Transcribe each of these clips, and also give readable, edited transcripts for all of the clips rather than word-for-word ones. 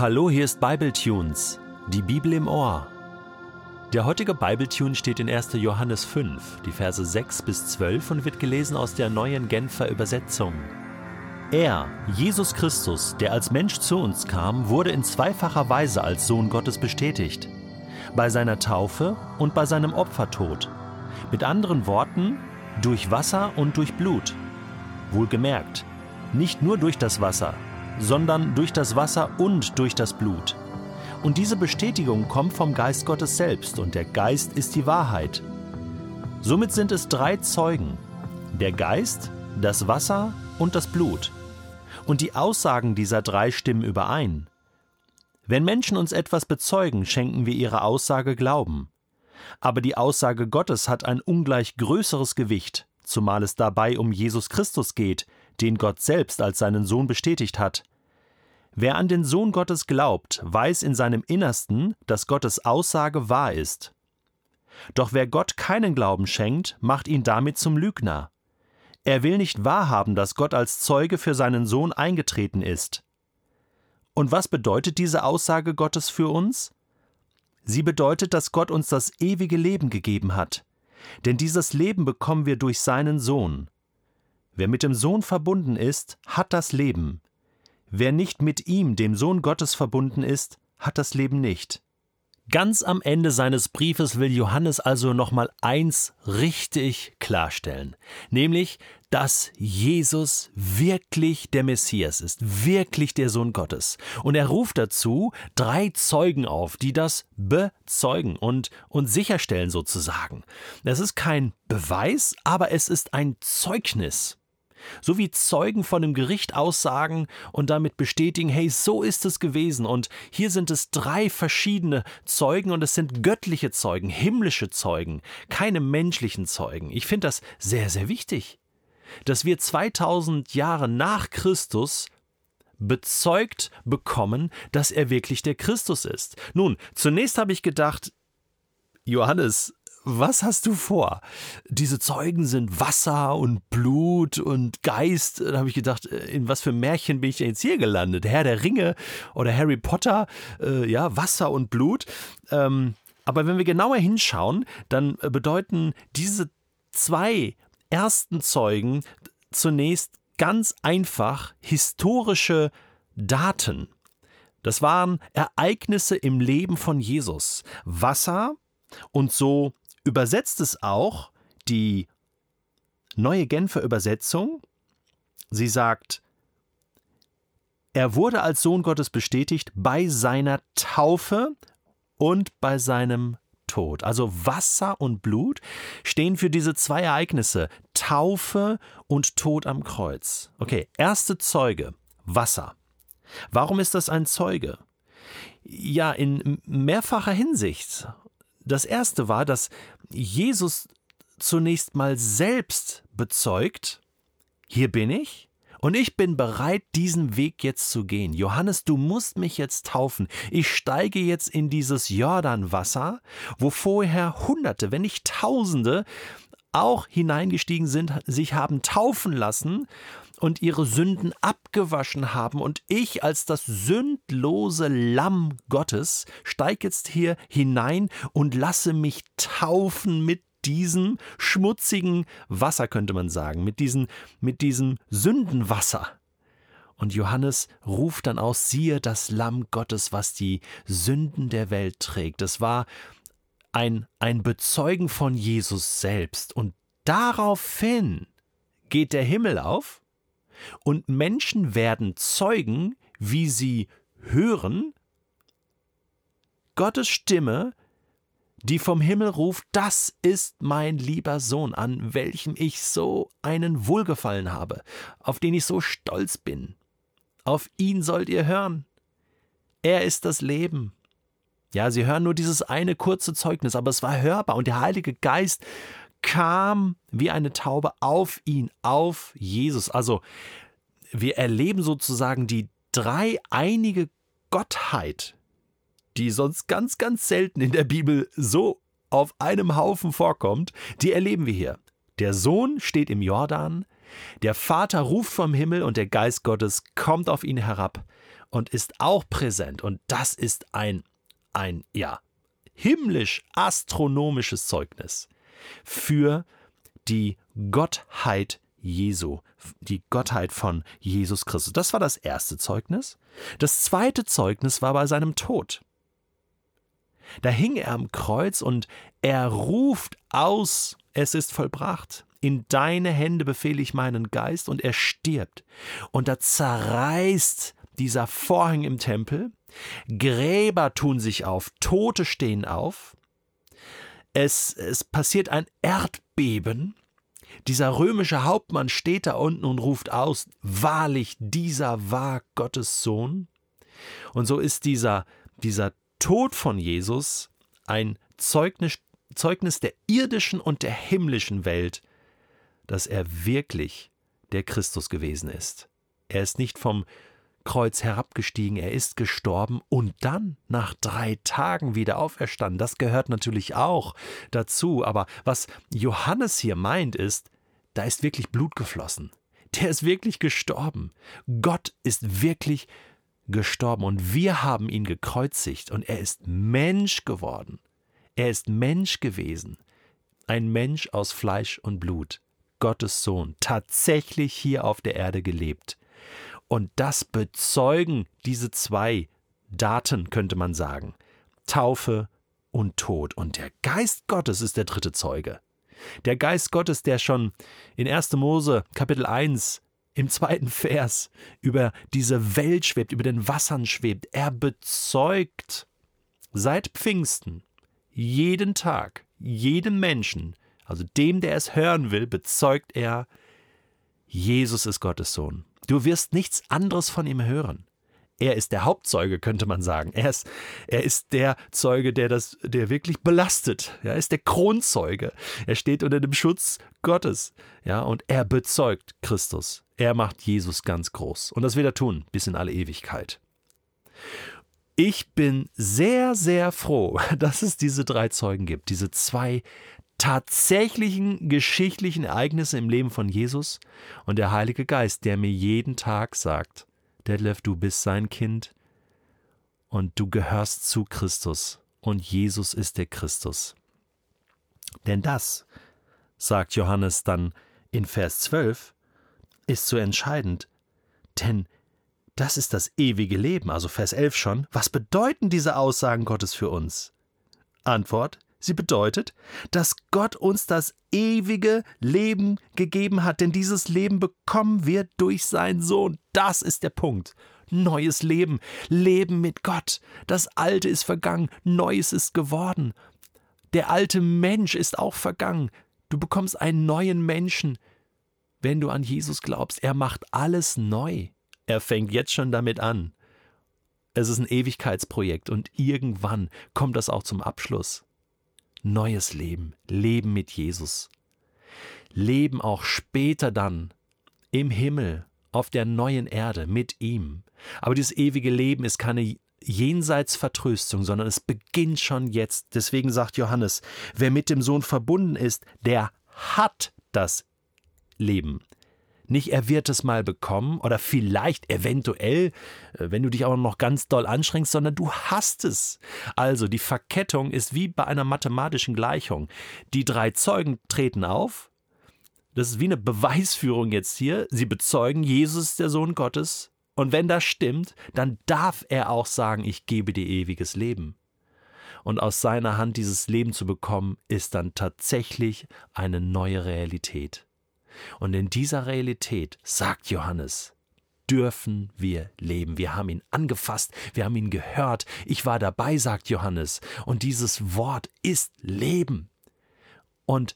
Hallo, hier ist Bibletunes, die Bibel im Ohr. Der heutige Bibletune steht in 1. Johannes 5, die Verse 6 bis 12 und wird gelesen aus der neuen Genfer Übersetzung. Er, Jesus Christus, der als Mensch zu uns kam, wurde in zweifacher Weise als Sohn Gottes bestätigt. Bei seiner Taufe und bei seinem Opfertod. Mit anderen Worten, durch Wasser und durch Blut. Wohlgemerkt, nicht nur durch das Wasser, sondern durch das Wasser und durch das Blut. Und diese Bestätigung kommt vom Geist Gottes selbst, und der Geist ist die Wahrheit. Somit sind es 3 Zeugen: der Geist, das Wasser und das Blut. Und die Aussagen dieser 3 stimmen überein. Wenn Menschen uns etwas bezeugen, schenken wir ihrer Aussage Glauben. Aber die Aussage Gottes hat ein ungleich größeres Gewicht, zumal es dabei um Jesus Christus geht, den Gott selbst als seinen Sohn bestätigt hat. Wer an den Sohn Gottes glaubt, weiß in seinem Innersten, dass Gottes Aussage wahr ist. Doch wer Gott keinen Glauben schenkt, macht ihn damit zum Lügner. Er will nicht wahrhaben, dass Gott als Zeuge für seinen Sohn eingetreten ist. Und was bedeutet diese Aussage Gottes für uns? Sie bedeutet, dass Gott uns das ewige Leben gegeben hat. Denn dieses Leben bekommen wir durch seinen Sohn. Wer mit dem Sohn verbunden ist, hat das Leben. Wer nicht mit ihm, dem Sohn Gottes, verbunden ist, hat das Leben nicht. Ganz am Ende seines Briefes will Johannes also nochmal eins richtig klarstellen, nämlich, dass Jesus wirklich der Messias ist, wirklich der Sohn Gottes. Und er ruft dazu 3 Zeugen auf, die das bezeugen und sicherstellen sozusagen. Das ist kein Beweis, aber es ist ein Zeugnis. So wie Zeugen von einem Gericht aussagen und damit bestätigen, hey, so ist es gewesen. Und hier sind es 3 verschiedene Zeugen und es sind göttliche Zeugen, himmlische Zeugen, keine menschlichen Zeugen. Ich finde das sehr, sehr wichtig, dass wir 2000 Jahre nach Christus bezeugt bekommen, dass er wirklich der Christus ist. Nun, zunächst habe ich gedacht, Johannes, was hast du vor? Diese Zeugen sind Wasser und Blut und Geist. Da habe ich gedacht, in was für Märchen bin ich denn jetzt hier gelandet? Herr der Ringe oder Harry Potter? Wasser und Blut. Aber wenn wir genauer hinschauen, dann bedeuten diese 2 ersten Zeugen zunächst ganz einfach historische Daten. Das waren Ereignisse im Leben von Jesus. Wasser, und so übersetzt es auch die neue Genfer Übersetzung. Sie sagt, er wurde als Sohn Gottes bestätigt bei seiner Taufe und bei seinem Tod. Also Wasser und Blut stehen für diese 2 Ereignisse, Taufe und Tod am Kreuz. Okay, erste Zeuge, Wasser. Warum ist das ein Zeuge? Ja, in mehrfacher Hinsicht. Das erste war, dass Jesus zunächst mal selbst bezeugt, hier bin ich und ich bin bereit, diesen Weg jetzt zu gehen. Johannes, du musst mich jetzt taufen. Ich steige jetzt in dieses Jordanwasser, wo vorher Hunderte, wenn nicht Tausende auch hineingestiegen sind, sich haben taufen lassen und ihre Sünden abgewaschen haben. Und ich als das sündlose Lamm Gottes steige jetzt hier hinein und lasse mich taufen mit diesem schmutzigen Wasser, könnte man sagen, mit diesem Sündenwasser. Und Johannes ruft dann aus, siehe das Lamm Gottes, was die Sünden der Welt trägt. Das war ein Bezeugen von Jesus selbst. Und daraufhin geht der Himmel auf und Menschen werden Zeugen, wie sie hören Gottes Stimme, die vom Himmel ruft, das ist mein lieber Sohn, an welchem ich so einen Wohlgefallen habe, auf den ich so stolz bin. Auf ihn sollt ihr hören. Er ist das Leben. Ja, sie hören nur dieses eine kurze Zeugnis, aber es war hörbar und der Heilige Geist kam wie eine Taube auf ihn, auf Jesus. Also wir erleben sozusagen die dreieinige Gottheit, die sonst ganz, ganz selten in der Bibel so auf einem Haufen vorkommt, die erleben wir hier. Der Sohn steht im Jordan, der Vater ruft vom Himmel und der Geist Gottes kommt auf ihn herab und ist auch präsent. Und das ist ein himmlisch-astronomisches Zeugnis für die Gottheit Jesu, die Gottheit von Jesus Christus. Das war das erste Zeugnis. Das zweite Zeugnis war bei seinem Tod. Da hing er am Kreuz und er ruft aus, es ist vollbracht. In deine Hände befehle ich meinen Geist, und er stirbt. Und da zerreißt dieser Vorhang im Tempel, Gräber tun sich auf, Tote stehen auf, es passiert ein Erdbeben, dieser römische Hauptmann steht da unten und ruft aus, wahrlich, dieser war Gottes Sohn. Und so ist dieser Tod von Jesus ein Zeugnis der irdischen und der himmlischen Welt, dass er wirklich der Christus gewesen ist. Er ist nicht vom Kreuz herabgestiegen, er ist gestorben und dann nach 3 Tagen wieder auferstanden. Das gehört natürlich auch dazu. Aber was Johannes hier meint ist, da ist wirklich Blut geflossen. Der ist wirklich gestorben. Gott ist wirklich gestorben und wir haben ihn gekreuzigt und er ist Mensch geworden. Er ist Mensch gewesen. Ein Mensch aus Fleisch und Blut. Gottes Sohn, tatsächlich hier auf der Erde gelebt. Und das bezeugen diese 2 Daten, könnte man sagen. Taufe und Tod. Und der Geist Gottes ist der 3. Zeuge. Der Geist Gottes, der schon in 1. Mose Kapitel 1 im 2. Vers über diese Welt schwebt, über den Wassern schwebt. Er bezeugt seit Pfingsten jeden Tag, jedem Menschen, also dem, der es hören will, bezeugt er, Jesus ist Gottes Sohn. Du wirst nichts anderes von ihm hören. Er ist der Hauptzeuge, könnte man sagen. Er ist der Zeuge, der wirklich belastet. Ja, er ist der Kronzeuge. Er steht unter dem Schutz Gottes. Ja, und er bezeugt Christus. Er macht Jesus ganz groß. Und das wird er tun, bis in alle Ewigkeit. Ich bin sehr, sehr froh, dass es diese 3 Zeugen gibt. Diese 2 tatsächlichen geschichtlichen Ereignisse im Leben von Jesus und der Heilige Geist, der mir jeden Tag sagt, Detlef, du bist sein Kind und du gehörst zu Christus und Jesus ist der Christus. Denn das, sagt Johannes dann in Vers 12, ist so entscheidend, denn das ist das ewige Leben, also Vers 11 schon. Was bedeuten diese Aussagen Gottes für uns? Antwort: Sie bedeutet, dass Gott uns das ewige Leben gegeben hat, denn dieses Leben bekommen wir durch seinen Sohn. Das ist der Punkt. Neues Leben, Leben mit Gott. Das Alte ist vergangen, Neues ist geworden. Der alte Mensch ist auch vergangen. Du bekommst einen neuen Menschen, wenn du an Jesus glaubst. Er macht alles neu. Er fängt jetzt schon damit an. Es ist ein Ewigkeitsprojekt und irgendwann kommt das auch zum Abschluss. Neues Leben, Leben mit Jesus. Leben auch später dann im Himmel, auf der neuen Erde mit ihm. Aber dieses ewige Leben ist keine Jenseitsvertröstung, sondern es beginnt schon jetzt. Deswegen sagt Johannes, wer mit dem Sohn verbunden ist, der hat das Leben. Nicht, er wird es mal bekommen oder vielleicht eventuell, wenn du dich auch noch ganz doll anstrengst, sondern du hast es. Also die Verkettung ist wie bei einer mathematischen Gleichung. Die 3 Zeugen treten auf. Das ist wie eine Beweisführung jetzt hier. Sie bezeugen, Jesus ist der Sohn Gottes. Und wenn das stimmt, dann darf er auch sagen, ich gebe dir ewiges Leben. Und aus seiner Hand dieses Leben zu bekommen, ist dann tatsächlich eine neue Realität. Und in dieser Realität, sagt Johannes, dürfen wir leben. Wir haben ihn angefasst, wir haben ihn gehört. Ich war dabei, sagt Johannes. Und dieses Wort ist Leben. Und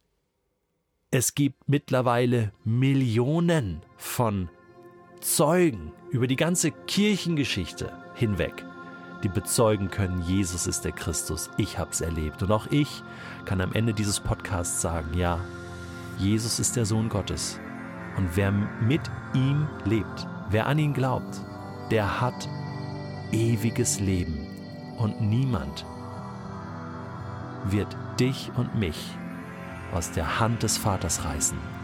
es gibt mittlerweile Millionen von Zeugen über die ganze Kirchengeschichte hinweg, die bezeugen können, Jesus ist der Christus. Ich habe es erlebt. Und auch ich kann am Ende dieses Podcasts sagen, ja, Jesus ist der Sohn Gottes. Und wer mit ihm lebt, wer an ihn glaubt, der hat ewiges Leben. Und niemand wird dich und mich aus der Hand des Vaters reißen.